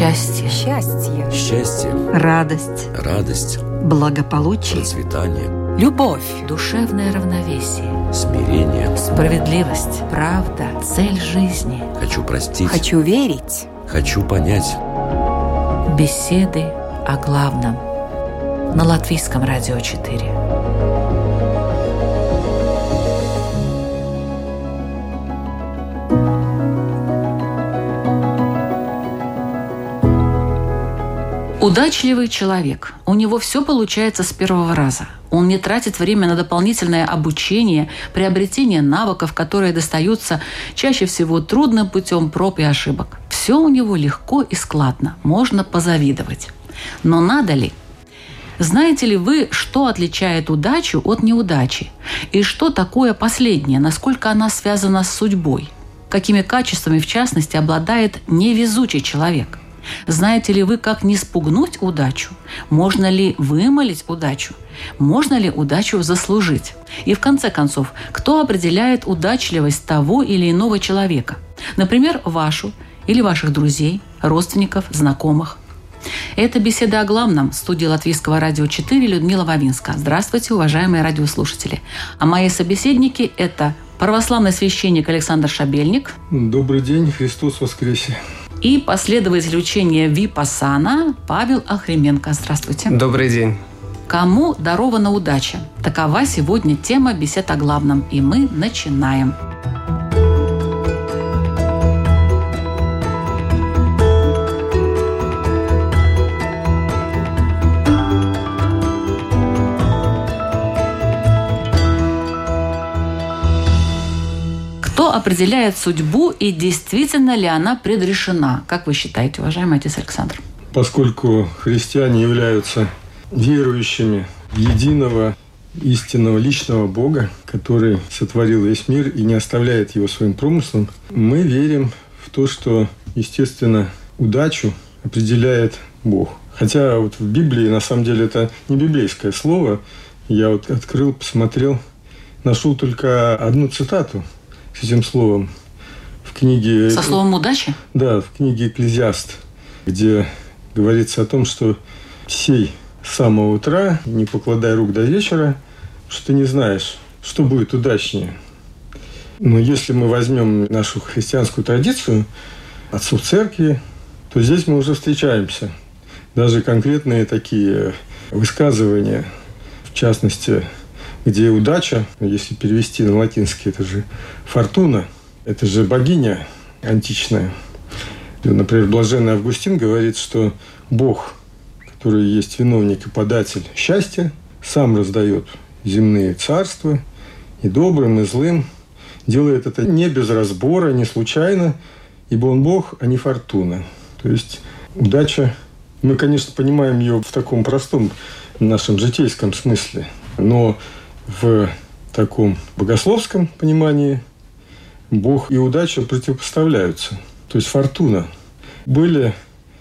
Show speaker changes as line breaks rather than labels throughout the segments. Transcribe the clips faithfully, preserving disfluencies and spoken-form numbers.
Счастье.
Счастье.
Счастье.
Радость.
Радость.
Благополучие.
Процветание.
Любовь.
Душевное равновесие.
Смирение.
Справедливость. Правда. Цель жизни.
Хочу простить.
Хочу верить.
Хочу понять.
Беседы о главном. На Латвийском радио четыре. Удачливый человек. У него все получается с первого раза. Он не тратит время на дополнительное обучение, приобретение навыков, которые достаются чаще всего трудным путем проб и ошибок. Все у него легко и складно. Можно позавидовать. Но надо ли? Знаете ли вы, что отличает удачу от неудачи? И что такое последнее? Насколько она связана с судьбой? Какими качествами, в частности, обладает невезучий человек? Знаете ли вы, как не спугнуть удачу? Можно ли вымолить удачу? Можно ли удачу заслужить? И в конце концов, кто определяет удачливость того или иного человека? Например, вашу или ваших друзей, родственников, знакомых. Это беседа о главном. В студии Латвийского радио четыре Людмила Вавинска. Здравствуйте, уважаемые радиослушатели. А мои собеседники – это православный священник Александр Шабельник.
Добрый день, Христос воскресе.
И последователь учения Випассана Павел Охрименко. Здравствуйте.
Добрый день.
Кому дарована удача? Такова сегодня тема бесед о главном. И мы начинаем. Кто определяет судьбу и действительно ли она предрешена? Как вы считаете, уважаемый отец Александр?
Поскольку христиане являются верующими в единого, истинного, личного Бога, который сотворил весь мир и не оставляет его своим промыслом, мы верим в то, что, естественно, удачу определяет Бог. Хотя вот в Библии, на самом деле, это не библейское слово. Я вот открыл, посмотрел, нашел только одну цитату с этим словом в книге...
Со словом «удача»?
Да, в книге «Экклезиаст», где говорится о том, что «сей с самого утра, не покладай рук до вечера, что ты не знаешь, что будет удачнее». Но если мы возьмем нашу христианскую традицию, отцов церкви, то здесь мы уже встречаемся. Даже конкретные такие высказывания, в частности, где удача, если перевести на латинский, это же фортуна, это же богиня античная. Например, блаженный Августин говорит, что Бог, который есть виновник и податель счастья, сам раздает земные царства и добрым, и злым, делает это не без разбора, не случайно, ибо он Бог, а не фортуна. То есть удача, мы, конечно, понимаем ее в таком простом нашем житейском смысле, но в таком богословском понимании Бог и удача противопоставляются. То есть фортуна. Были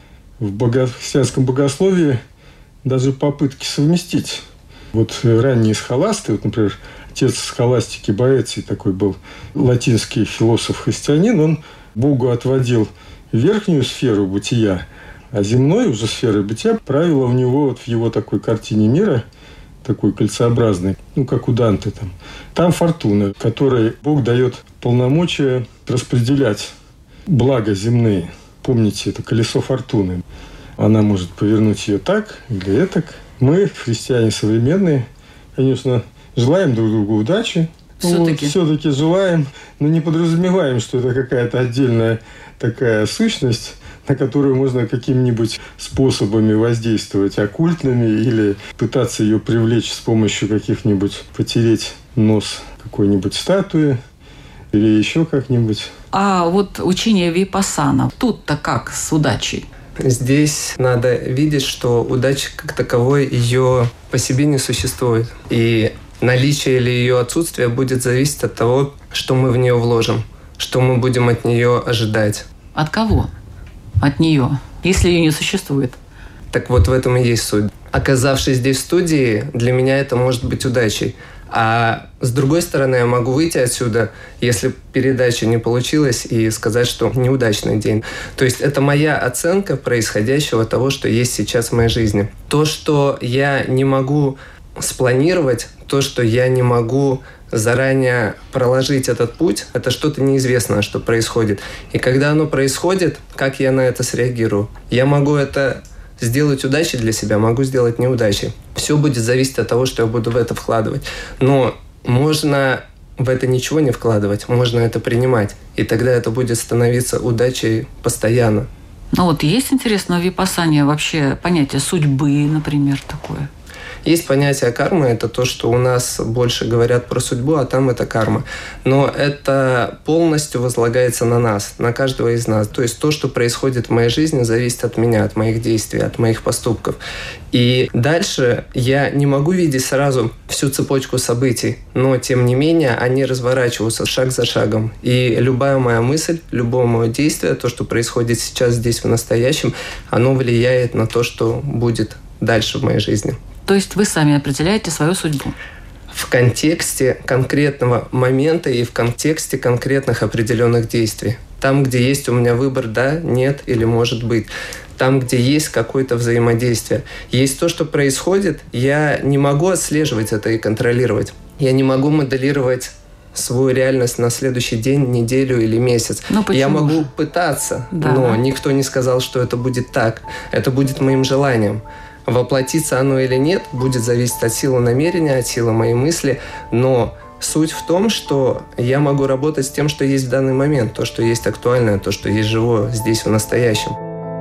в бого... христианском богословии даже попытки совместить. Вот ранние схоласты, вот, например, отец схоластики Боэций такой был, латинский философ-христианин, он Богу отводил верхнюю сферу бытия, а земной уже сферой бытия правила у него вот в его такой картине мира, такой кольцеобразный, ну, как у Данте там. Там фортуна, которой Бог дает полномочия распределять блага земные. Помните, это колесо фортуны. Она может повернуть ее так или этак. Мы, христиане современные, конечно, желаем друг другу удачи.
Все-таки.
Вот, все-таки желаем, но не подразумеваем, что это какая-то отдельная такая сущность, на которую можно какими-нибудь способами воздействовать, оккультными, или пытаться ее привлечь с помощью каких-нибудь, потереть нос какой-нибудь статуи или еще как-нибудь.
А вот учение Випассана, тут-то как с удачей?
Здесь надо видеть, что удача как таковой ее по себе не существует. И наличие или ее отсутствие будет зависеть от того, что мы в нее вложим, что мы будем от нее ожидать.
От кого? От нее, если ее не существует.
Так вот в этом и есть суть. Оказавшись здесь в студии, для меня это может быть удачей. А с другой стороны, я могу выйти отсюда, если передача не получилась, и сказать, что неудачный день. То есть это моя оценка происходящего, того, что есть сейчас в моей жизни. То, что я не могу спланировать, то, что я не могу заранее проложить этот путь, это что-то неизвестное, что происходит. И когда оно происходит, как я на это среагирую? Я могу это сделать удачей для себя, могу сделать неудачей. Все будет зависеть от того, что я буду в это вкладывать. Но можно в это ничего не вкладывать, можно это принимать. И тогда это будет становиться удачей постоянно.
Ну вот есть интересно в випассане вообще понятие судьбы, например, такое?
Есть понятие кармы, это то, что у нас больше говорят про судьбу, а там это карма. Но это полностью возлагается на нас, на каждого из нас. То есть то, что происходит в моей жизни, зависит от меня, от моих действий, от моих поступков. И дальше я не могу видеть сразу всю цепочку событий, но тем не менее они разворачиваются шаг за шагом. И любая моя мысль, любое мое действие, то, что происходит сейчас, здесь, в настоящем, оно влияет на то, что будет дальше в моей жизни.
То есть вы сами определяете свою судьбу?
В контексте конкретного момента и в контексте конкретных определенных действий. Там, где есть у меня выбор «да», «нет» или «может быть». Там, где есть какое-то взаимодействие. Есть то, что происходит, я не могу отслеживать это и контролировать. Я не могу моделировать свою реальность на следующий день, неделю или месяц. Я могу же? пытаться, да. но никто не сказал, что это будет так. Это будет моим желанием. Воплотится оно или нет, будет зависеть от силы намерения, от силы моей мысли, но суть в том, что я могу работать с тем, что есть в данный момент, то, что есть актуальное, то, что есть живое здесь, в настоящем.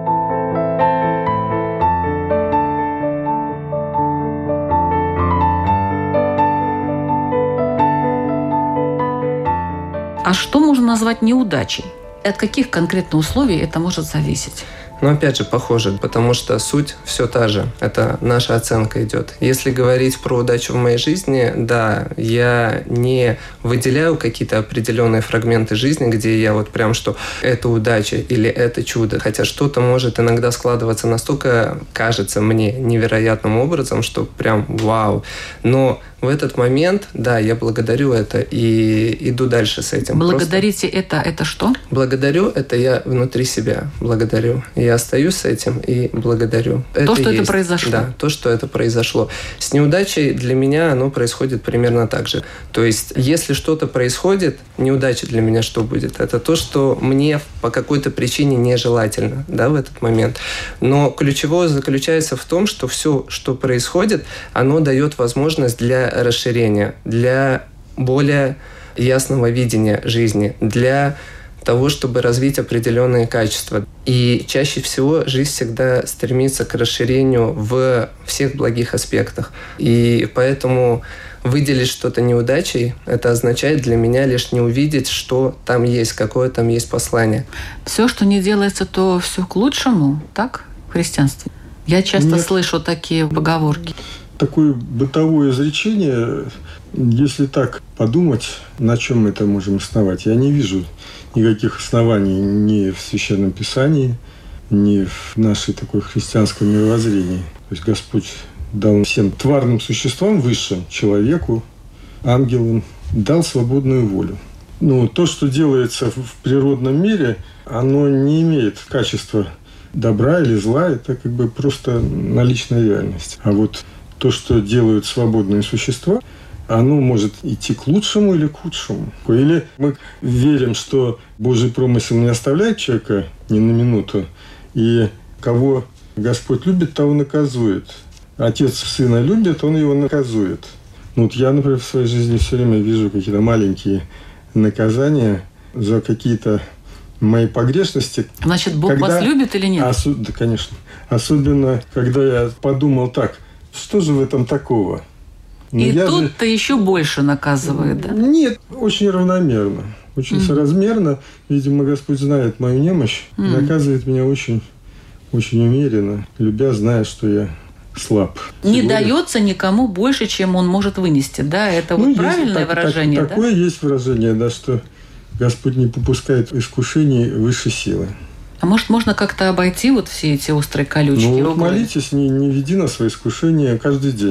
А что можно назвать неудачей? От каких конкретно условий это может зависеть?
Но опять же, похоже, потому что суть все та же. Это наша оценка идет. Если говорить про удачу в моей жизни, да, я не выделяю какие-то определенные фрагменты жизни, где я вот прям, что это удача или это чудо. Хотя что-то может иногда складываться настолько, кажется мне, невероятным образом, что прям вау. Но в этот момент, да, я благодарю это и иду дальше с этим.
Благодарите Просто... это, это что?
Благодарю, это я внутри себя благодарю. Я остаюсь с этим и благодарю.
То,
это
что
есть.
это произошло.
Да, то, что это произошло. С неудачей для меня оно происходит примерно так же. То есть, если что-то происходит, неудача для меня что будет? Это то, что мне по какой-то причине нежелательно, да, в этот момент. Но ключевое заключается в том, что все, что происходит, оно дает возможность для расширения, для более ясного видения жизни, для того, чтобы развить определенные качества. И чаще всего жизнь всегда стремится к расширению в всех благих аспектах. И поэтому выделить что-то неудачей, это означает для меня лишь не увидеть, что там есть, какое там есть послание.
Все, что не делается, то все к лучшему, так, в христианстве? Я часто
Нет.
слышу такие поговорки.
Такое бытовое изречение, если так подумать, на чем мы это можем основать, я не вижу никаких оснований ни в Священном Писании, ни в нашей такой христианском мировоззрении. То есть Господь дал всем тварным существам, высшим, человеку, ангелам, дал свободную волю. Ну, то, что делается в природном мире, оно не имеет качества добра или зла, это как бы просто наличная реальность. А вот то, что делают свободные существа, оно может идти к лучшему или к худшему. Или мы верим, что Божий промысел не оставляет человека ни на минуту, и кого Господь любит, того наказует. Отец сына любит, он его наказует. Ну, вот я, например, в своей жизни все время вижу какие-то маленькие наказания за какие-то мои погрешности.
Значит, Бог
когда...
вас любит или нет?
Осу... Да, конечно. Особенно, когда я подумал так, что же в этом такого?
Но и тут-то же... еще больше наказывает, да?
Нет, очень равномерно, очень mm-hmm. соразмерно. Видимо, Господь знает мою немощь, mm-hmm. наказывает меня очень, очень умеренно, любя, зная, что я слаб.
Не Сегодня... дается никому больше, чем он может вынести, да? Это ну, вот правильное так, выражение,
так,
да?
Такое есть выражение, да, что Господь не попускает искушений выше силы.
А может, можно как-то обойти вот все эти острые колючки?
Ну, вот молитесь, не, не веди нас во искушение каждый день.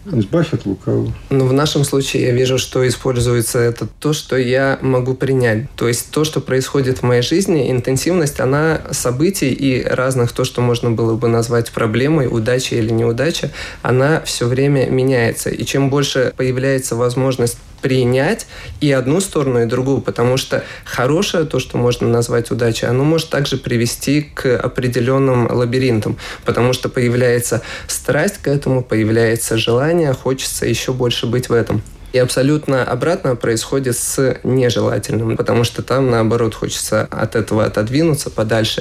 Избавь от лукавого.
Но в нашем случае я вижу, что используется это то, что я могу принять. То есть то, что происходит в моей жизни, интенсивность, она событий и разных, то, что можно было бы назвать проблемой, удачей или неудачей, она все время меняется. И чем больше появляется возможность принять и одну сторону, и другую, потому что хорошее, то, что можно назвать удачей, оно может также привести к определенным лабиринтам, потому что появляется страсть к этому, появляется желание, хочется еще больше быть в этом. И абсолютно обратно происходит с нежелательным, потому что там, наоборот, хочется от этого отодвинуться подальше.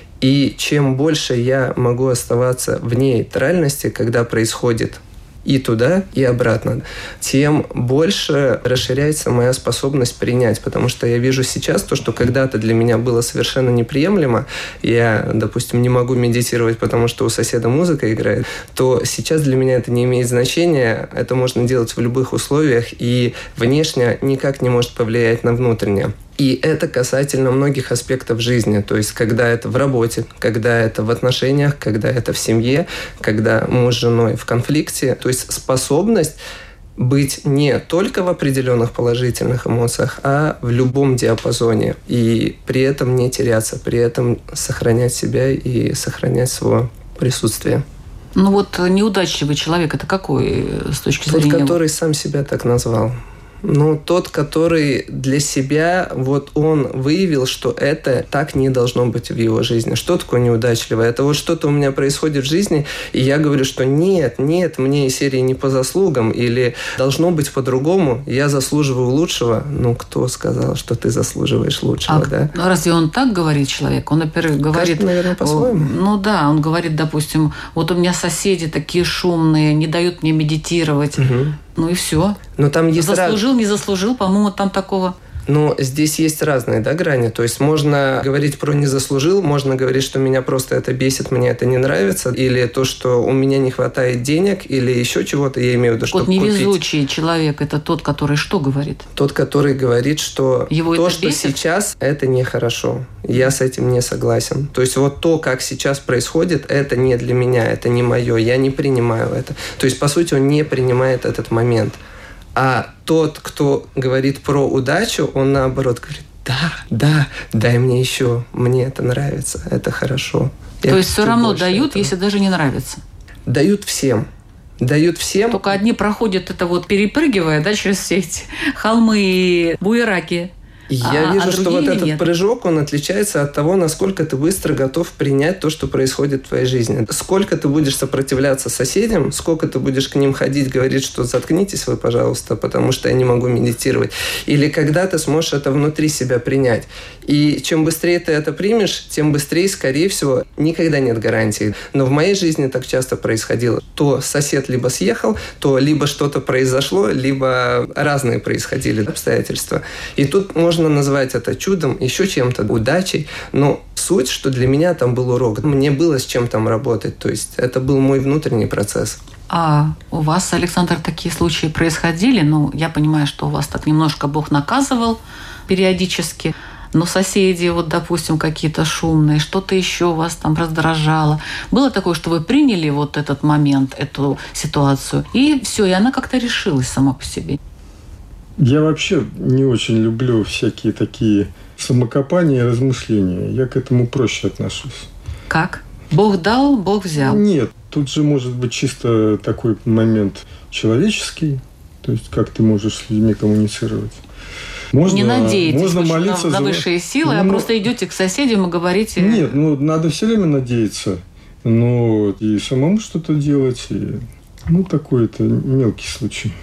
И чем больше я могу оставаться в нейтральности, когда происходит и туда, и обратно, тем больше расширяется моя способность принять. Потому что я вижу сейчас то, что когда-то для меня было совершенно неприемлемо, я, допустим, не могу медитировать, потому что у соседа музыка играет, то сейчас для меня это не имеет значения, это можно делать в любых условиях, и внешне никак не может повлиять на внутреннее. И это касательно многих аспектов жизни. То есть, когда это в работе, когда это в отношениях, когда это в семье, когда муж с женой в конфликте. То есть, способность быть не только в определенных положительных эмоциях, а в любом диапазоне. И при этом не теряться, при этом сохранять себя и сохранять свое присутствие.
Ну вот неудачливый человек – это какой с точки
Тот,
зрения…
Тот, который сам себя так назвал. Ну, тот, который для себя, вот он выявил, что это так не должно быть в его жизни. Что такое неудачливое? Это вот что-то у меня происходит в жизни, и я говорю, что нет, нет, мне из серии не по заслугам, или должно быть по-другому, я заслуживаю лучшего. Ну, кто сказал, что ты заслуживаешь лучшего,
а,
да?
Ну, разве он так говорит человек? Он, во-первых, говорит…
Каждый, наверное, по-своему.
Ну да, он говорит, допустим, вот у меня соседи такие шумные, не дают мне медитировать. Угу. Ну и все.
Но там есть
заслужил, раз... не заслужил, по-моему, там такого…
Но здесь есть разные, да, грани. То есть можно говорить про «не заслужил», можно говорить, что меня просто это бесит, мне это не нравится, или то, что у меня не хватает денег, или еще чего-то, я имею в виду, чтобы
купить. Вот невезучий человек – это тот, который что говорит?
Тот, который говорит, что
его
то,
это
что
бесит?
Сейчас, это нехорошо. Я с этим не согласен. То есть вот то, как сейчас происходит, это не для меня, это не мое, я не принимаю это. То есть, по сути, он не принимает этот момент. А тот, кто говорит про удачу, он наоборот говорит: да, да, дай мне еще, мне это нравится, это хорошо.
То
Я
есть все равно дают,
этого.
Если даже не нравится?
Дают всем. Дают всем.
Только одни проходят это вот перепрыгивая, да, через все эти холмы и буераки.
Я
а,
вижу,
а
что вот этот
нет?
прыжок, он отличается от того, насколько ты быстро готов принять то, что происходит в твоей жизни. Сколько ты будешь сопротивляться соседям, сколько ты будешь к ним ходить, говорить, что заткнитесь вы, пожалуйста, потому что я не могу медитировать. Или когда ты сможешь это внутри себя принять. И чем быстрее ты это примешь, тем быстрее, скорее всего, никогда нет гарантии. Но в моей жизни так часто происходило. То сосед либо съехал, то либо что-то произошло, либо разные происходили обстоятельства. И тут можно назвать это чудом, еще чем-то, удачей, но суть, что для меня там был урок. Мне было с чем там работать, то есть это был мой внутренний процесс.
А у вас, Александр, такие случаи происходили? Ну, я понимаю, что у вас так немножко Бог наказывал периодически, но соседи, вот, допустим, какие-то шумные, что-то еще вас там раздражало. Было такое, что вы приняли вот этот момент, эту ситуацию, и все, и она как-то решилась сама по себе?
Я вообще не очень люблю всякие такие самокопания и размышления. Я к этому проще отношусь.
Как? Бог дал, Бог взял?
Нет, тут же может быть чисто такой момент человеческий. То есть, как ты можешь с людьми коммуницировать. Можно,
не надеетесь
можно молиться
на, на
за...
высшие силы, ну, а просто идете к соседям и говорите…
Нет, ну надо все время надеяться. Но и самому что-то делать. И... Ну, такой-то мелкий случай.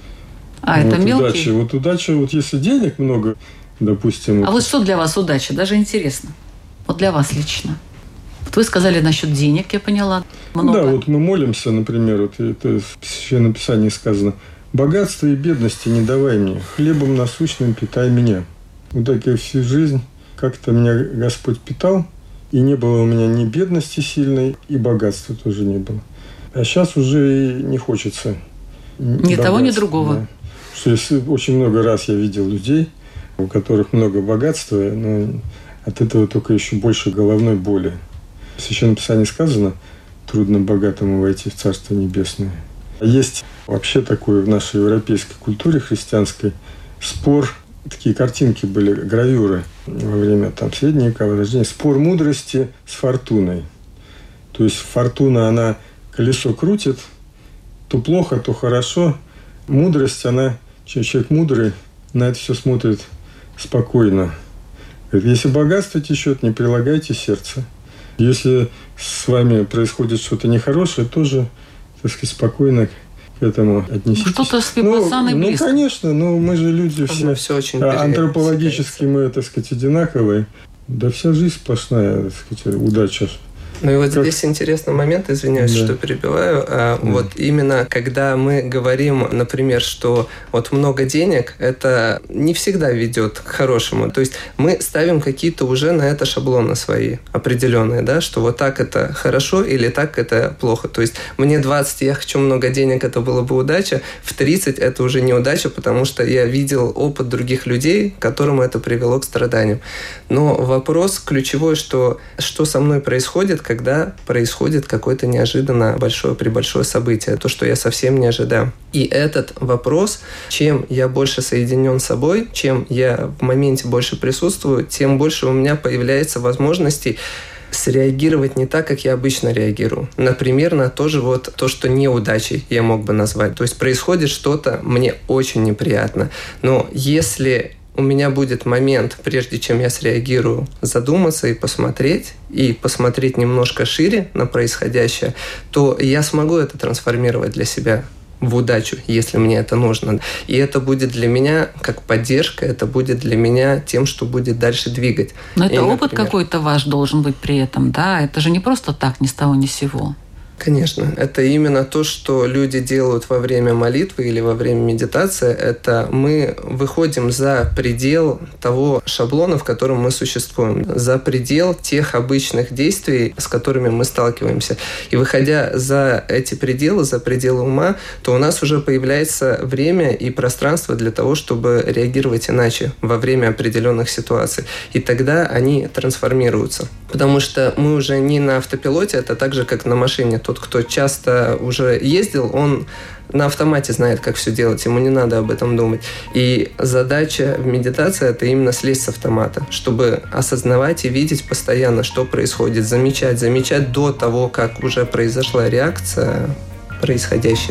А,
вот
это мелкий?
Удача. Вот удача, вот если денег много, допустим…
А
вот...
вот что для вас удача? Даже интересно. Вот для вас лично. Вот вы сказали насчет денег, я поняла. Много.
Да, вот мы молимся, например, вот это в Священном Писании сказано: «Богатство и бедности не давай мне, хлебом насущным питай меня». Вот так я всю жизнь как-то меня Господь питал, и не было у меня ни бедности сильной, и богатства тоже не было. А сейчас уже и не хочется
ни того, ни другого.
Да. Что если очень много раз я видел людей, у которых много богатства, но от этого только еще больше головной боли. В Священном Писании сказано: трудно богатому войти в Царство Небесное. Есть вообще такой в нашей европейской культуре христианской спор. Такие картинки были, гравюры во время там, среднего века, Возрождения. Спор мудрости с фортуной. То есть фортуна, она колесо крутит, то плохо, то хорошо. Мудрость, она, человек мудрый, на это все смотрит спокойно. Говорит, если богатство течет, не прилагайте сердце. Если с вами происходит что-то нехорошее, тоже, так сказать, спокойно к этому отнеситесь.
Что-то с випассаной
ну,
близко.
Ну, конечно, но мы же люди все,
мы все очень
антропологически мы, так сказать, одинаковые. Да вся жизнь сплошная, так сказать, удача.
Ну и вот
как...
здесь интересный момент, извиняюсь, да. что перебиваю. А, да. Вот именно когда мы говорим, например, что вот много денег, это не всегда ведет к хорошему. То есть мы ставим какие-то уже на это шаблоны свои определенные, да, что вот так это хорошо или так это плохо. То есть мне двадцать, я хочу много денег, это было бы удача, в тридцать это уже неудача, потому что я видел опыт других людей, к которому это привело к страданиям. Но вопрос ключевой, что, что со мной происходит, когда происходит какое-то неожиданно большое пребольшое событие, то, что я совсем не ожидаю. И этот вопрос, чем я больше соединен с собой, чем я в моменте больше присутствую, тем больше у меня появляется возможностей среагировать не так, как я обычно реагирую. Например, на то же вот то, что неудачей я мог бы назвать. То есть происходит что-то, мне очень неприятно. Но если у меня будет момент, прежде чем я среагирую, задуматься и посмотреть, и посмотреть немножко шире на происходящее, то я смогу это трансформировать для себя в удачу, если мне это нужно. И это будет для меня как поддержка, это будет для меня тем, что будет дальше двигать.
Но это
и,
опыт
например,
какой-то ваш должен быть при этом, да? Это же не просто так, ни с того ни с сего.
Конечно, это именно то, что люди делают во время молитвы или во время медитации. Это мы выходим за предел того шаблона, в котором мы существуем, за предел тех обычных действий, с которыми мы сталкиваемся. И выходя за эти пределы, за пределы ума, то у нас уже появляется время и пространство для того, чтобы реагировать иначе во время определенных ситуаций. И тогда они трансформируются. Потому что мы уже не на автопилоте, это так же, как на машине. Тот, кто часто уже ездил, он на автомате знает, как все делать, ему не надо об этом думать. И задача в медитации – это именно слезть с автомата, чтобы осознавать и видеть постоянно, что происходит, замечать, замечать до того, как уже произошла реакция происходящая.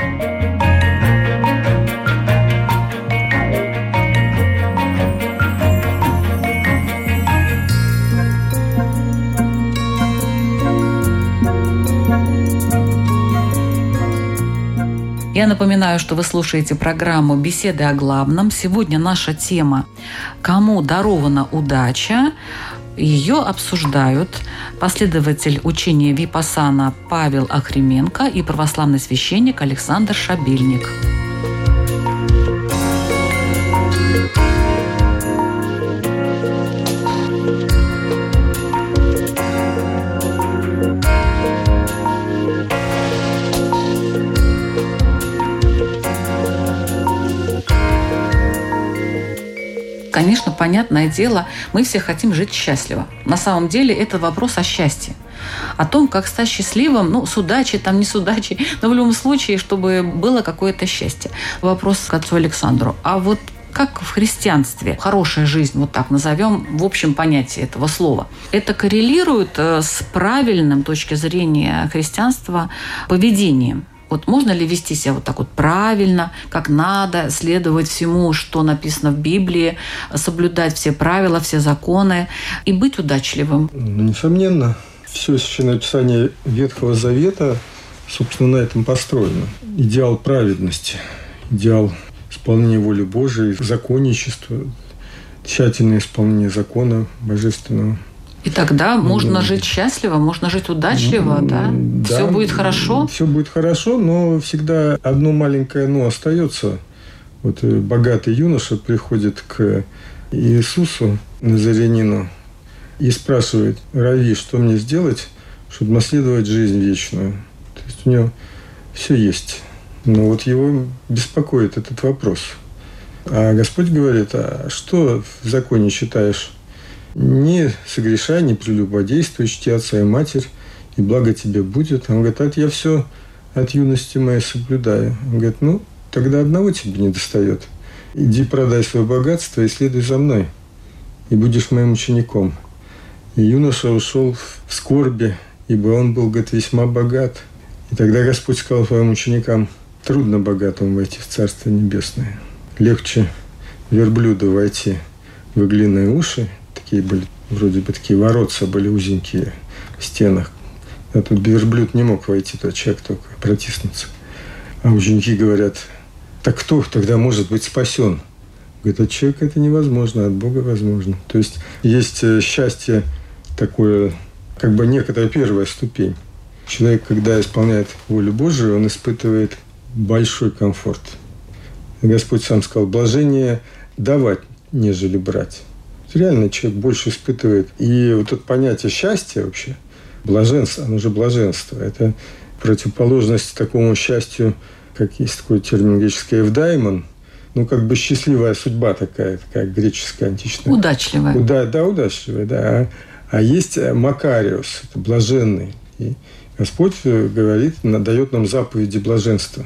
Я напоминаю, что вы слушаете программу «Беседы о главном». Сегодня наша тема «Кому дарована удача?». Ее обсуждают последователь учения випассана Павел Охрименко и православный священник Александр Шабельник. Конечно, понятное дело, мы все хотим жить счастливо. На самом деле это вопрос о счастье. О том, как стать счастливым, ну, с удачей, там, не с удачей, но в любом случае, чтобы было какое-то счастье. Вопрос к отцу Александру. А вот как в христианстве хорошая жизнь, вот так назовем, в общем понятии этого слова, это коррелирует с правильным, с точки зрения христианства, поведением? Вот можно ли вести себя вот так вот правильно, как надо, следовать всему, что написано в Библии, соблюдать все правила, все законы и быть удачливым?
Ну, несомненно. Все Священное Писание Ветхого Завета, собственно, на этом построено. Идеал праведности, идеал исполнения воли Божией, законничества, тщательное исполнение закона божественного.
И тогда можно жить счастливо, можно жить удачливо, да?
да?
Все будет хорошо?
Все будет хорошо, но всегда одно маленькое «но» остается. Вот богатый юноша приходит к Иисусу, назарянину, и спрашивает: «Рави, что мне сделать, чтобы наследовать жизнь вечную?» То есть у него все есть. Но вот его беспокоит этот вопрос. А Господь говорит: а что в законе читаешь? Не согрешай, не прелюбодействуй, чти отца и матерь, и благо тебе будет. Он говорит: это я все от юности моей соблюдаю. Он говорит, ну, тогда одного тебе не достает. Иди продай свое богатство и следуй за мной, и будешь моим учеником. И юноша ушел в скорби, ибо он был, говорит, весьма богат. И тогда Господь сказал своим ученикам, трудно богатому войти в Царство Небесное. Легче верблюду войти в иглиные уши. Такие были, вроде бы такие воротца были узенькие в стенах. А тут верблюд не мог войти, тот человек только протиснуться. А ученики говорят, так кто тогда может быть спасен? Говорит, от человека это невозможно, от Бога возможно. То есть есть счастье такое, как бы некоторая первая ступень. Человек, когда исполняет волю Божию, он испытывает большой комфорт. Господь сам сказал, блажение давать, нежели брать. Реально человек больше испытывает. И вот это понятие счастья вообще, блаженство, оно же блаженство. Это противоположность такому счастью, как есть такой термин греческий «эвдаймон», ну, как бы счастливая судьба такая, такая греческая, античная.
Удачливая.
Да, да, удачливая, да. А, а есть макариос, это блаженный. И Господь говорит, дает нам заповеди блаженства.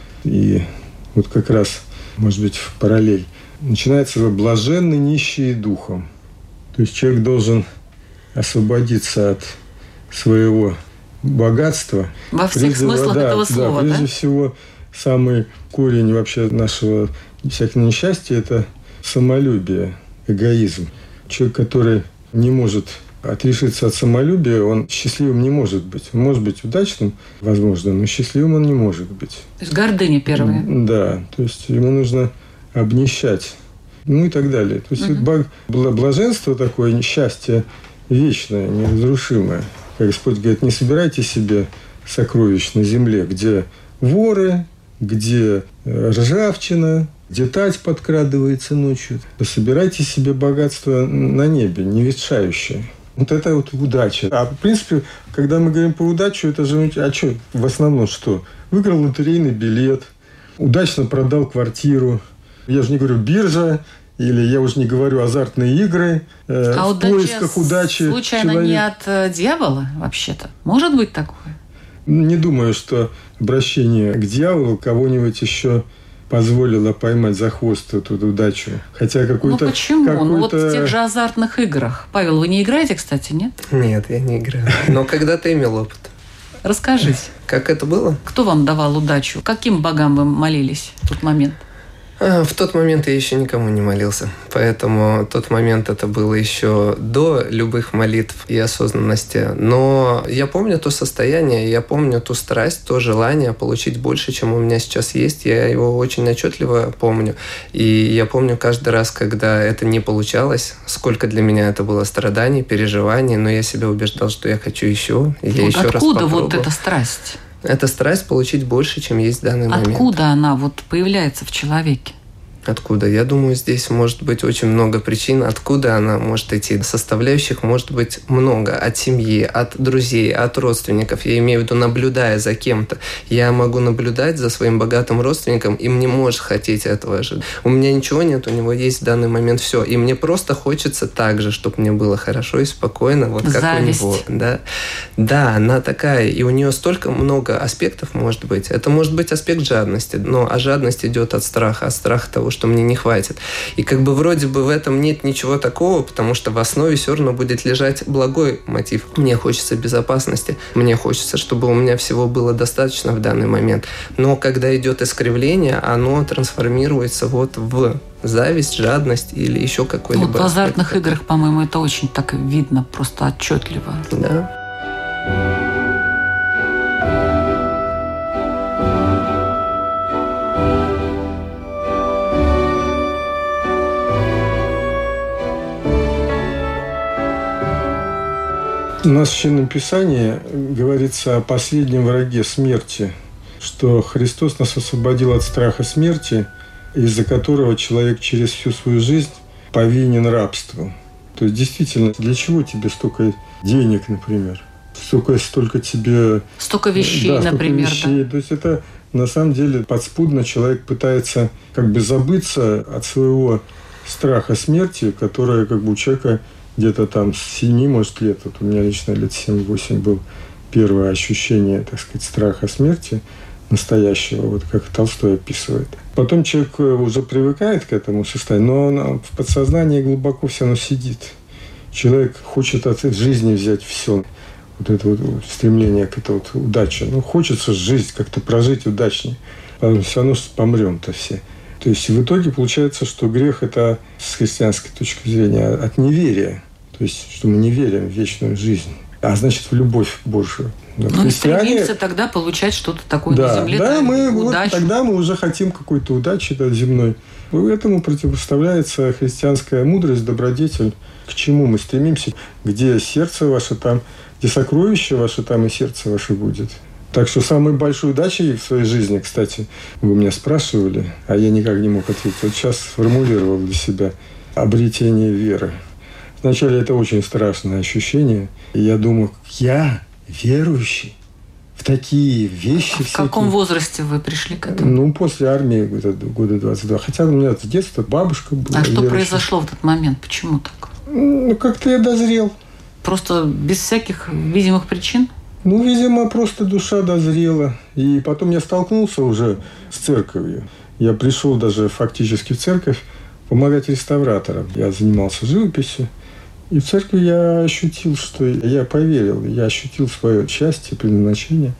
И вот как раз, может быть, в параллель. Начинается блаженный нищий духом. То есть человек должен освободиться от своего богатства.
Во всех
прежде,
смыслах
да,
этого
да,
слова,
прежде
да?
всего, самый корень вообще нашего всякого несчастья – это самолюбие, эгоизм. Человек, который не может отрешиться от самолюбия, он счастливым не может быть. Он может быть удачным, возможно, но счастливым он не может быть.
То есть гордыня первая.
Да, то есть ему нужно обнищать, ну и так далее. То есть угу. блаженство такое, счастье вечное, неразрушимое. Как Господь говорит, не собирайте себе сокровищ на земле, где воры, где ржавчина, где тать подкрадывается ночью. Собирайте себе богатство на небе, не ветшающее. Вот это вот удача. А в принципе, когда мы говорим про удачу, это же... А что в основном что? Выиграл лотерейный билет, удачно продал квартиру. Я же не говорю биржа, или я уже не говорю азартные игры. Э,
а
в поисках удачи.
Случайно человек... не от э, дьявола вообще-то? Может быть такое?
Не думаю, что обращение к дьяволу кого-нибудь еще позволило поймать за хвост эту удачу. Хотя какой-то...
Ну почему?
Какой-то...
Ну вот в тех же азартных играх. Павел, вы не играете, кстати, нет?
Нет, я не играю. Но когда-то имел опыт.
Расскажите.
Как это было?
Кто вам давал удачу? Каким богам вы молились в тот момент?
В тот момент я еще никому не молился. Поэтому тот момент это было еще до любых молитв и осознанности. Но я помню то состояние, я помню ту страсть, то желание получить больше, чем у меня сейчас есть. Я его очень отчетливо помню. И я помню каждый раз, когда это не получалось, сколько для меня это было страданий, переживаний, но я себя убеждал, что я хочу еще. И я
вот
еще раз
откуда
попробую.
вот эта страсть?
Это страсть получить больше, чем есть в данный
Откуда
момент.
Откуда она вот появляется в человеке?
Откуда? Я думаю, здесь может быть очень много причин, откуда она может идти. Составляющих может быть много. От семьи, от друзей, от родственников. Я имею в виду, наблюдая за кем-то. Я могу наблюдать за своим богатым родственником, и мне может хотеть этого же. У меня ничего нет, у него есть в данный момент все. И мне просто хочется так же, чтобы мне было хорошо и спокойно, вот как
Зависть.
у него. Да? Да, она такая. И у нее столько много аспектов может быть. Это может быть аспект жадности. Но а жадность идет от страха. От страха того, что мне не хватит. И как бы вроде бы в этом нет ничего такого, потому что в основе все равно будет лежать благой мотив. Мне хочется безопасности, мне хочется, чтобы у меня всего было достаточно в данный момент. Но когда идет искривление, оно трансформируется вот в зависть, жадность или еще какой-либо
вот в азартных
аспект.
играх, по-моему, это очень так видно, просто отчетливо.
Да.
У нас в Священном Писании говорится о последнем враге смерти, что Христос нас освободил от страха смерти, из-за которого человек через всю свою жизнь повинен рабству. То есть, действительно, для чего тебе столько денег, например? Столько, столько тебе...
Столько вещей,
да, столько
например.
Вещей.
Да.
То есть, это на самом деле подспудно человек пытается как бы забыться от своего страха смерти, которая как бы у человека где-то там с семи, может, лет, вот у меня лично лет семь-восемь был, первое ощущение, так сказать, страха смерти настоящего, вот как Толстой описывает. Потом человек уже привыкает к этому состоянию, но он в подсознании глубоко все равно сидит. Человек хочет от жизни взять все. Вот это вот стремление к этой вот удаче. Ну, хочется жизнь как-то прожить удачнее. Потом все равно помрем-то все. То есть в итоге получается, что грех – это с христианской точки зрения от неверия. То есть, что мы не верим в вечную жизнь. А значит, в любовь Божию.
Но ну, христиане... стремимся тогда получать что-то такое
да,
на земле.
Да,
да,
мы, вот,
удачу.
Тогда мы уже хотим какой-то удачи да, земной. Этому противопоставляется христианская мудрость, добродетель. К чему мы стремимся? Где сердце ваше, там, где сокровище ваше, там и сердце ваше будет. Так что самой большой удачей в своей жизни, кстати, вы меня спрашивали, а я никак не мог ответить. Вот сейчас сформулировал для себя обретение веры. Вначале это очень страшное ощущение. И я думаю, я верующий в такие вещи.
В всякие. Каком возрасте вы пришли к этому?
Ну, после армии года, года двадцать два. Хотя у меня с детства бабушка была.
А что
верующая.
Произошло в этот момент? Почему так?
Ну, как-то я дозрел.
Просто без всяких видимых причин?
Ну, видимо, просто душа дозрела. И потом я столкнулся уже с церковью. Я пришел даже фактически в церковь помогать реставраторам. Я занимался живописью. И в церкви я ощутил, что я поверил. Я ощутил свое счастье, предназначение.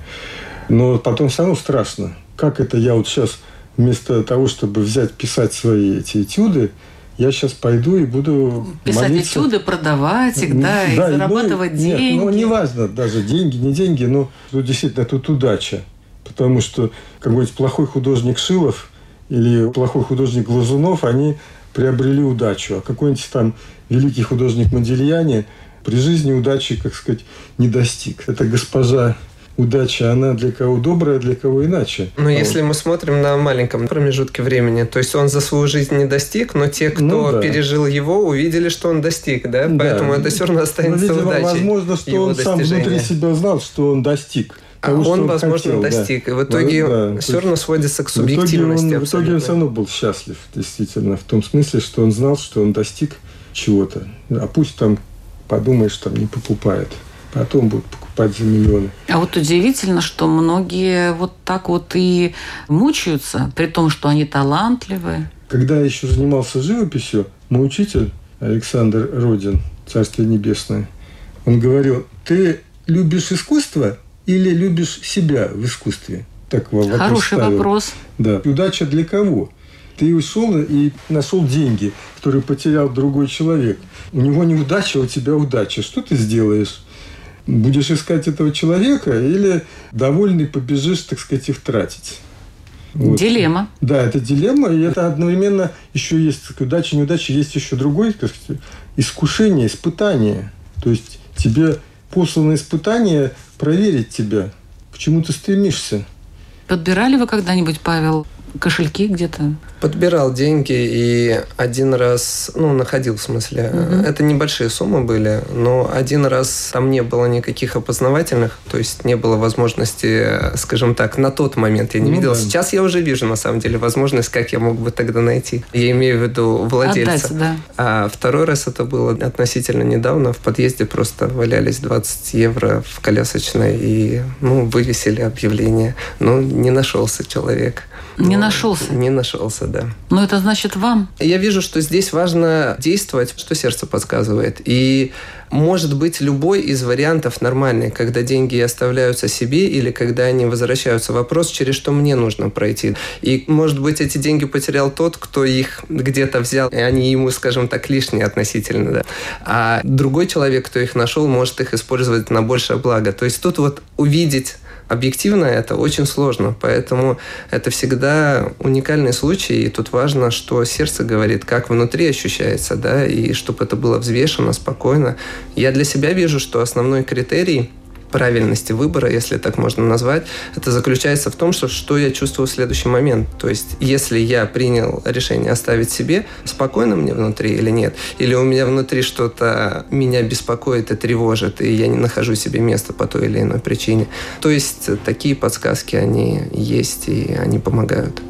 Но потом все равно страшно. Как это я вот сейчас вместо того, чтобы взять, писать свои эти этюды, я сейчас пойду и буду
писать
молиться.
Этюды, продавать их, да, да и зарабатывать
ну,
деньги.
Нет, ну, неважно, даже деньги, не деньги, но ну, действительно, тут удача. Потому что какой-нибудь плохой художник Шилов или плохой художник Глазунов, они приобрели удачу. А какой-нибудь там великий художник Модильяне при жизни удачи, как сказать, не достиг. Это госпожа удача, она для кого добрая, для кого иначе.
Но а если вот. мы смотрим на маленьком промежутке времени, то есть он за свою жизнь не достиг, но те, кто ну, да. пережил его, увидели, что он достиг, да? да. Поэтому это все равно останется ну, видимо, удачей.
Возможно, что он сам внутри себя знал, что он достиг. Того,
а он,
он
возможно,
хотел,
достиг.
Да.
И в итоге
да,
все равно сводится к субъективности.
В итоге, он, в итоге он все равно был счастлив, действительно, в том смысле, что он знал, что он достиг чего-то. А пусть там, подумаешь, там не покупает. Потом будут покупать за миллионы.
А вот удивительно, что многие вот так вот и мучаются, при том, что они талантливые.
Когда я еще занимался живописью, мой учитель Александр Родин, Царствие Небесное, он говорил, ты любишь искусство или любишь себя в искусстве? Так вопрос
Хороший
ставил.
вопрос.
Да. Удача для кого? Ты ушел и нашел деньги, которые потерял другой человек. У него неудача, у тебя удача. Что ты сделаешь? Будешь искать этого человека или довольный побежишь, так сказать, их тратить? Вот.
Дилемма.
Да, это дилемма, и это одновременно еще есть удача, неудача, есть еще другое, так сказать, искушение, испытание. То есть тебе послано испытание проверить тебя, к чему ты стремишься.
Подбирали вы когда-нибудь, Павел, кошельки где-то?
Подбирал деньги и один раз, ну, находил, в смысле, угу. это небольшие суммы были, но один раз там не было никаких опознавательных, то есть не было возможности, скажем так, на тот момент я не ну, видел. Да. Сейчас я уже вижу, на самом деле, возможность, как я мог бы тогда найти. Я имею в виду владельца.
Отдать, да.
А второй раз это было относительно недавно. В подъезде просто валялись двадцать евро в колясочной и, ну, вывесили объявление. Но не нашелся человек.
Не ну, нашелся?
Не нашелся, да.
Но это значит вам?
Я вижу, что здесь важно действовать, что сердце подсказывает. И может быть любой из вариантов нормальный, когда деньги оставляются себе или когда они возвращаются. Вопрос, через что мне нужно пройти. И может быть эти деньги потерял тот, кто их где-то взял, и они ему, скажем так, лишние относительно. Да. А другой человек, кто их нашел, может их использовать на большее благо. То есть тут вот увидеть объективно это очень сложно, поэтому это всегда уникальный случай, и тут важно, что сердце говорит, как внутри ощущается, да, и чтобы это было взвешено, спокойно. Я для себя вижу, что основной критерий правильности выбора, если так можно назвать, это заключается в том, что, что я чувствую в следующий момент. То есть, если я принял решение оставить себе, спокойно мне внутри или нет? Или у меня внутри что-то меня беспокоит и тревожит, и я не нахожу себе места по той или иной причине. То есть, такие подсказки, они есть, и они помогают.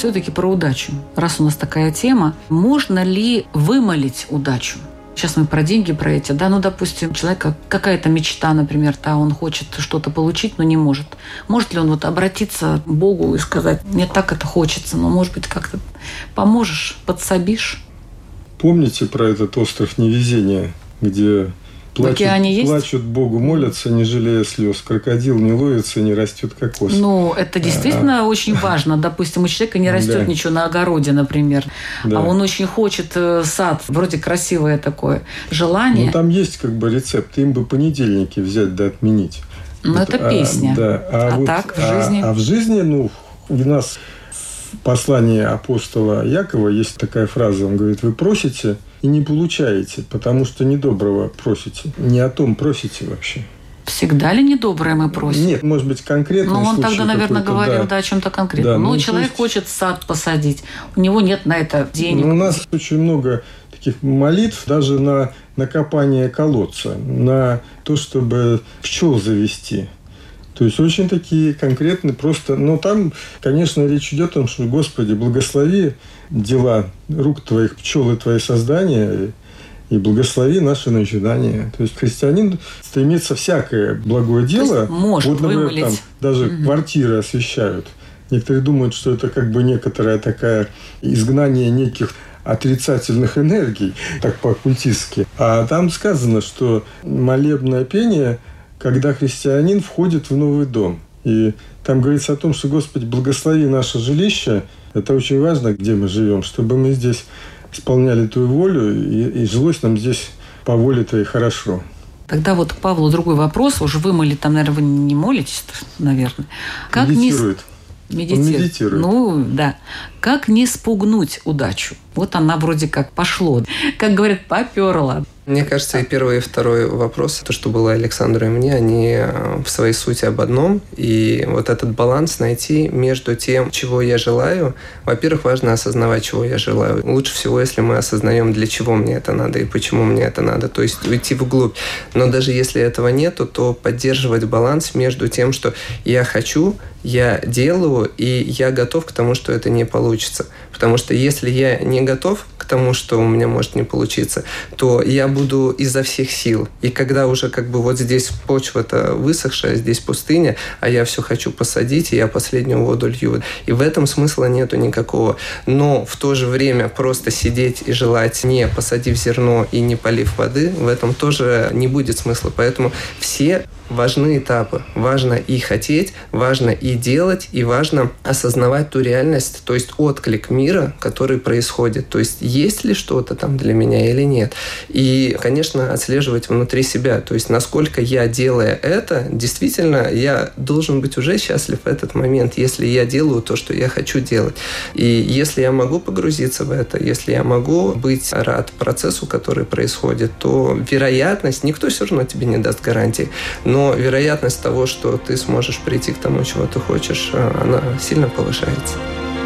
все-таки про удачу. Раз у нас такая тема, можно ли вымолить удачу? Сейчас мы про деньги, про эти, да, ну, допустим, у человека какая-то мечта, например, да, он хочет что-то получить, но не может. Может ли он вот обратиться к Богу и сказать, мне так это хочется, но, может быть, как-то поможешь, подсобишь?
Помните про этот остров невезения, где плачут, плачут Богу, молятся, не жалея слез. Крокодил не ловится, не растет кокос.
Ну, это действительно а, очень важно. Допустим, у человека не растет да. ничего на огороде, например, да. а он очень хочет сад, вроде красивое такое желание.
Ну, там есть как бы рецепт. Им бы понедельники взять да отменить.
Ну, вот, это песня.
А, да. а,
а
вот,
так в жизни?
А, а в жизни, ну, у нас в послании апостола Якова есть такая фраза. Он говорит, вы просите и не получаете, потому что недоброго просите. Не о том просите вообще.
Всегда ли недоброе мы просим?
Нет, может быть, конкретно.
Ну, он тогда, наверное, говорил да. Да, о чем-то конкретном. Да, ну, ну, человек есть... хочет сад посадить, у него нет на это денег.
Ну, у нас очень много таких молитв даже на, на копание колодца, на то, чтобы пчел завести. То есть очень такие конкретные, просто... Но там, конечно, речь идет о том, что, Господи, благослови дела рук Твоих, пчелы Твои создания, и благослови наши начинания. То есть христианин стремится всякое благое дело.
Может
вот, например,
вымолить.
Там даже угу. квартиры освещают. Некоторые думают, что это как бы некоторое такое изгнание неких отрицательных энергий, так по-оккультистски. А там сказано, что молебное пение, когда христианин входит в новый дом. И там говорится о том, что, Господи, благослови наше жилище. Это очень важно, где мы живем, чтобы мы здесь исполняли Твою волю, и, и жилось нам здесь по воле Твоей хорошо.
Тогда вот к Павлу другой вопрос. Уже вымыли, там, наверное, вы не молитесь, наверное.
Как медитирует.
Не... Медитирует.
Он медитирует.
Ну, да. Как не спугнуть удачу? Вот она вроде как пошло. Как говорят, попёрла.
Мне кажется, и первый, и второй вопрос, то, что было Александру и мне, они в своей сути об одном. И вот этот баланс найти между тем, чего я желаю. Во-первых, важно осознавать, чего я желаю. Лучше всего, если мы осознаем, для чего мне это надо и почему мне это надо. То есть уйти вглубь. Но даже если этого нету, то поддерживать баланс между тем, что я хочу, я делаю, и я готов к тому, что это не получится. Потому что если я не готов к тому, что у меня может не получиться, то я буду изо всех сил. И когда уже как бы вот здесь почва-то высохшая, здесь пустыня, а я все хочу посадить, и я последнюю воду лью. И в этом смысла нету никакого. Но в то же время просто сидеть и желать, не посадив зерно и не полив воды, в этом тоже не будет смысла. Поэтому все важны этапы. Важно и хотеть, важно и делать, и важно осознавать ту реальность, то есть отклик мира, который происходит. То есть есть ли что-то там для меня или нет. И, конечно, отслеживать внутри себя. То есть насколько я, делая это, действительно, я должен быть уже счастлив в этот момент, если я делаю то, что я хочу делать. И если я могу погрузиться в это, если я могу быть рад процессу, который происходит, то вероятность, никто все равно тебе не даст гарантии, но вероятность того, что ты сможешь прийти к тому, чего ты хочешь, она сильно повышается.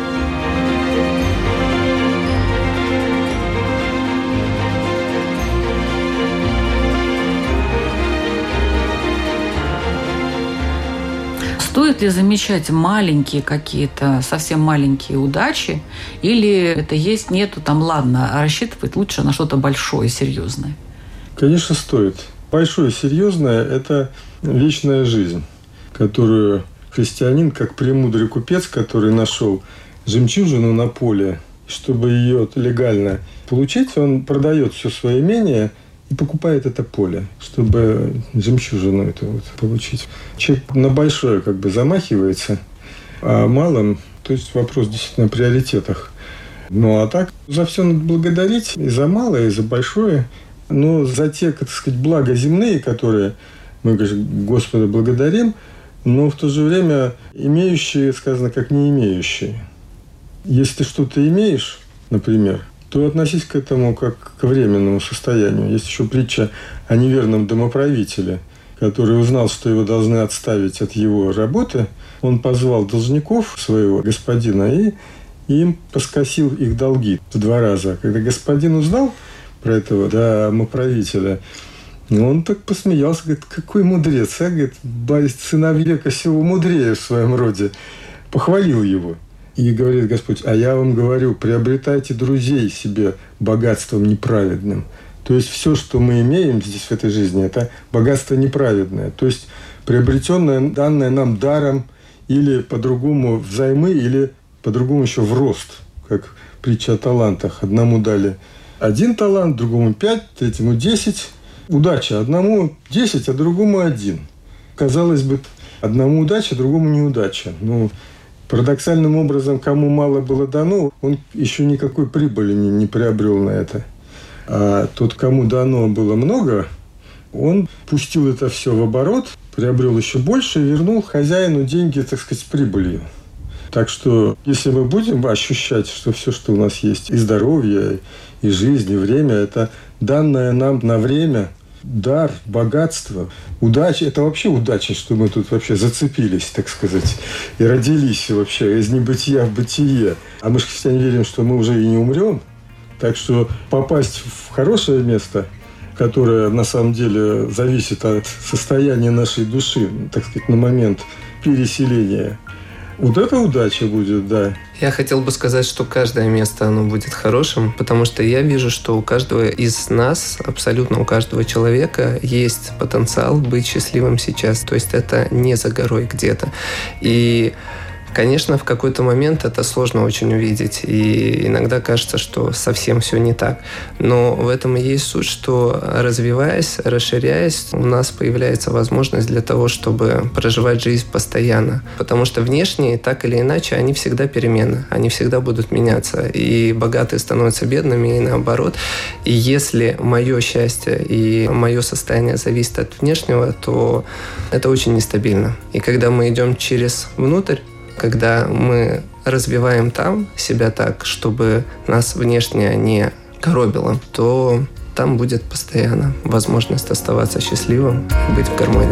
Стоит ли замечать маленькие какие-то, совсем маленькие удачи, или это есть, нету, там, ладно, а рассчитывать лучше на что-то большое, серьезное?
Конечно, стоит. Большое, серьезное – это вечная жизнь, которую христианин, как премудрый купец, который нашел жемчужину на поле, чтобы ее легально получить, он продает все свое имение и покупает это поле, чтобы жемчужину эту вот получить. Человек на большое как бы замахивается, а малым, то есть вопрос действительно о приоритетах. Ну а так за все надо благодарить, и за малое, и за большое. Но за те, так сказать, блага земные, которые мы, Господа, благодарим, но в то же время имеющие, сказано, как не имеющие. Если ты что-то имеешь, например, то относись к этому как к временному состоянию. Есть еще притча о неверном домоправителе, который узнал, что его должны отставить от его работы. Он позвал должников своего господина и, и им поскосил их долги в два раза. Когда господин узнал про этого домоправителя, он так посмеялся, говорит, какой мудрец, а? Говорит, сыновья века сего мудрее в своем роде. Похвалил его. И говорит Господь: а я вам говорю, приобретайте друзей себе богатством неправедным. То есть все, что мы имеем здесь в этой жизни, это богатство неправедное. То есть приобретенное, данное нам даром, или по-другому взаймы, или по-другому еще в рост, как притча о талантах. Одному дали один талант, другому пять, третьему десять. Удача. Одному десять, а другому один. Казалось бы, одному удача, другому неудача. Ну, парадоксальным образом, кому мало было дано, он еще никакой прибыли не, не приобрел на это. А тот, кому дано было много, он пустил это все в оборот, приобрел еще больше и вернул хозяину деньги, так сказать, с прибылью. Так что, если мы будем ощущать, что все, что у нас есть, и здоровье, и жизнь, и время, это данное нам на время дар, богатство, удача. Это вообще удача, что мы тут вообще зацепились, так сказать, и родились вообще из небытия в бытие. А мы же, христиане, верим, что мы уже и не умрем. Так что попасть в хорошее место, которое на самом деле зависит от состояния нашей души, так сказать, на момент переселения, вот это удача будет, да.
Я хотел бы сказать, что каждое место, оно будет хорошим, потому что я вижу, что у каждого из нас, абсолютно у каждого человека, есть потенциал быть счастливым сейчас. То есть это не за горой где-то. И конечно, в какой-то момент это сложно очень увидеть, и иногда кажется, что совсем все не так. Но в этом и есть суть, что развиваясь, расширяясь, у нас появляется возможность для того, чтобы проживать жизнь постоянно. Потому что внешние, так или иначе, они всегда переменны, они всегда будут меняться. И богатые становятся бедными, и наоборот. И если мое счастье и мое состояние зависит от внешнего, то это очень нестабильно. И когда мы идем через внутрь, когда мы развиваем там себя так, чтобы нас внешне не коробило, то там будет постоянно возможность оставаться счастливым и быть в гармонии.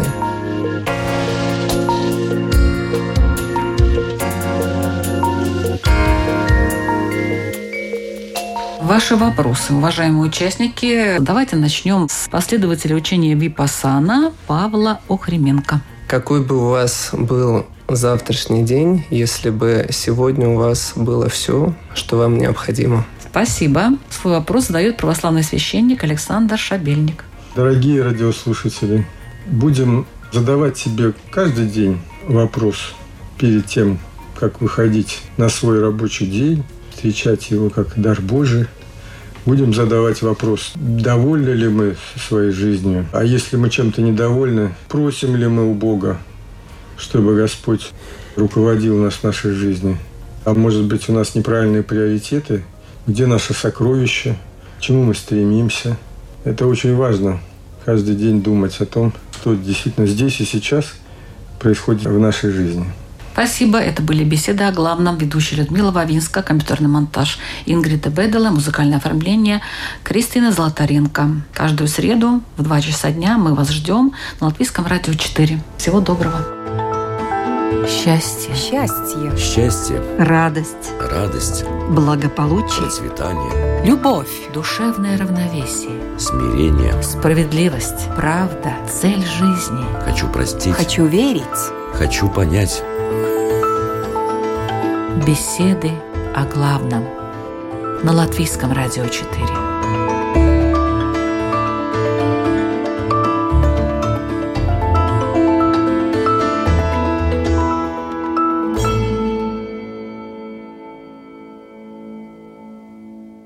Ваши вопросы, уважаемые участники. Давайте начнем с последователя учения Випассана Павла Охрименко.
Какой бы у вас был завтрашний день, если бы сегодня у вас было все, что вам необходимо?
Спасибо. Свой вопрос задает православный священник Александр Шабельник.
Дорогие радиослушатели, будем задавать себе каждый день вопрос перед тем, как выходить на свой рабочий день, встречать его как дар Божий. Будем задавать вопрос, довольны ли мы своей жизнью, а если мы чем-то недовольны, просим ли мы у Бога, чтобы Господь руководил нас в нашей жизни. А может быть, у нас неправильные приоритеты, где наше сокровище, к чему мы стремимся. Это очень важно, каждый день думать о том, что действительно здесь и сейчас происходит в нашей жизни.
Спасибо. Это были беседы о главном. Ведущая Людмила Вавинска, компьютерный монтаж Ингрида Бедела, музыкальное оформление Кристина Золотаренко. Каждую среду в два часа дня мы вас ждем на Латвийском радио четыре. Всего доброго. Счастье.
Счастье.
Счастье.
Радость.
Радость.
Благополучие.
Процветание.
Любовь.
Душевное равновесие.
Смирение.
Справедливость. Правда. Цель жизни.
Хочу простить.
Хочу верить.
Хочу понять.
Беседы о главном на Латвийском радио четыре.